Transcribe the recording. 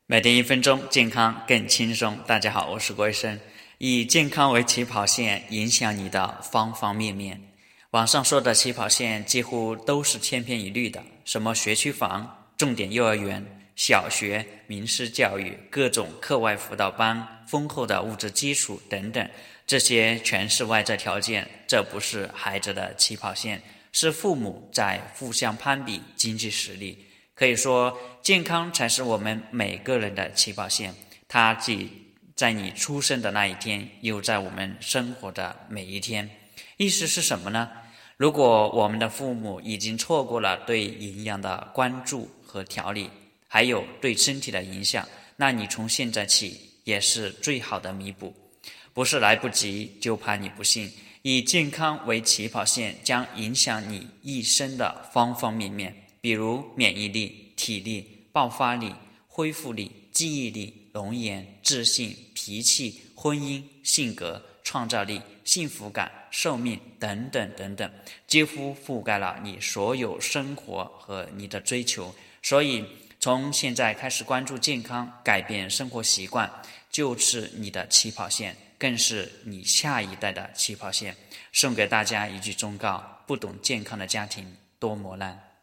每天1分钟，健康更轻松。大家好，我是郭医生。以健康为起跑线，影响你的方方面面。网上说的起跑线几乎都是千篇一律的，什么学区房、重点幼儿园、小学、名师教育、各种课外辅导班、丰厚的物质基础等等，这些全是外在条件，这不是孩子的起跑线，是父母在互相攀比经济实力。可以说，健康才是我们每个人的起跑线，它既在你出生的那一天，又在我们生活的每一天。意思是什么呢？如果我们的父母已经错过了对营养的关注和调理，还有对身体的影响，那你从现在起也是最好的弥补。不是来不及，就怕你不信。以健康为起跑线，将影响你一生的方方面面。比如免疫力、体力、爆发力、恢复力、记忆力、容颜、自信、脾气、婚姻、性格、创造力、幸福感、寿命等等等等，几乎覆盖了你所有生活和你的追求。所以从现在开始关注健康，改变生活习惯，就是你的起跑线，更是你下一代的起跑线。送给大家一句忠告：不懂健康的家庭多磨难。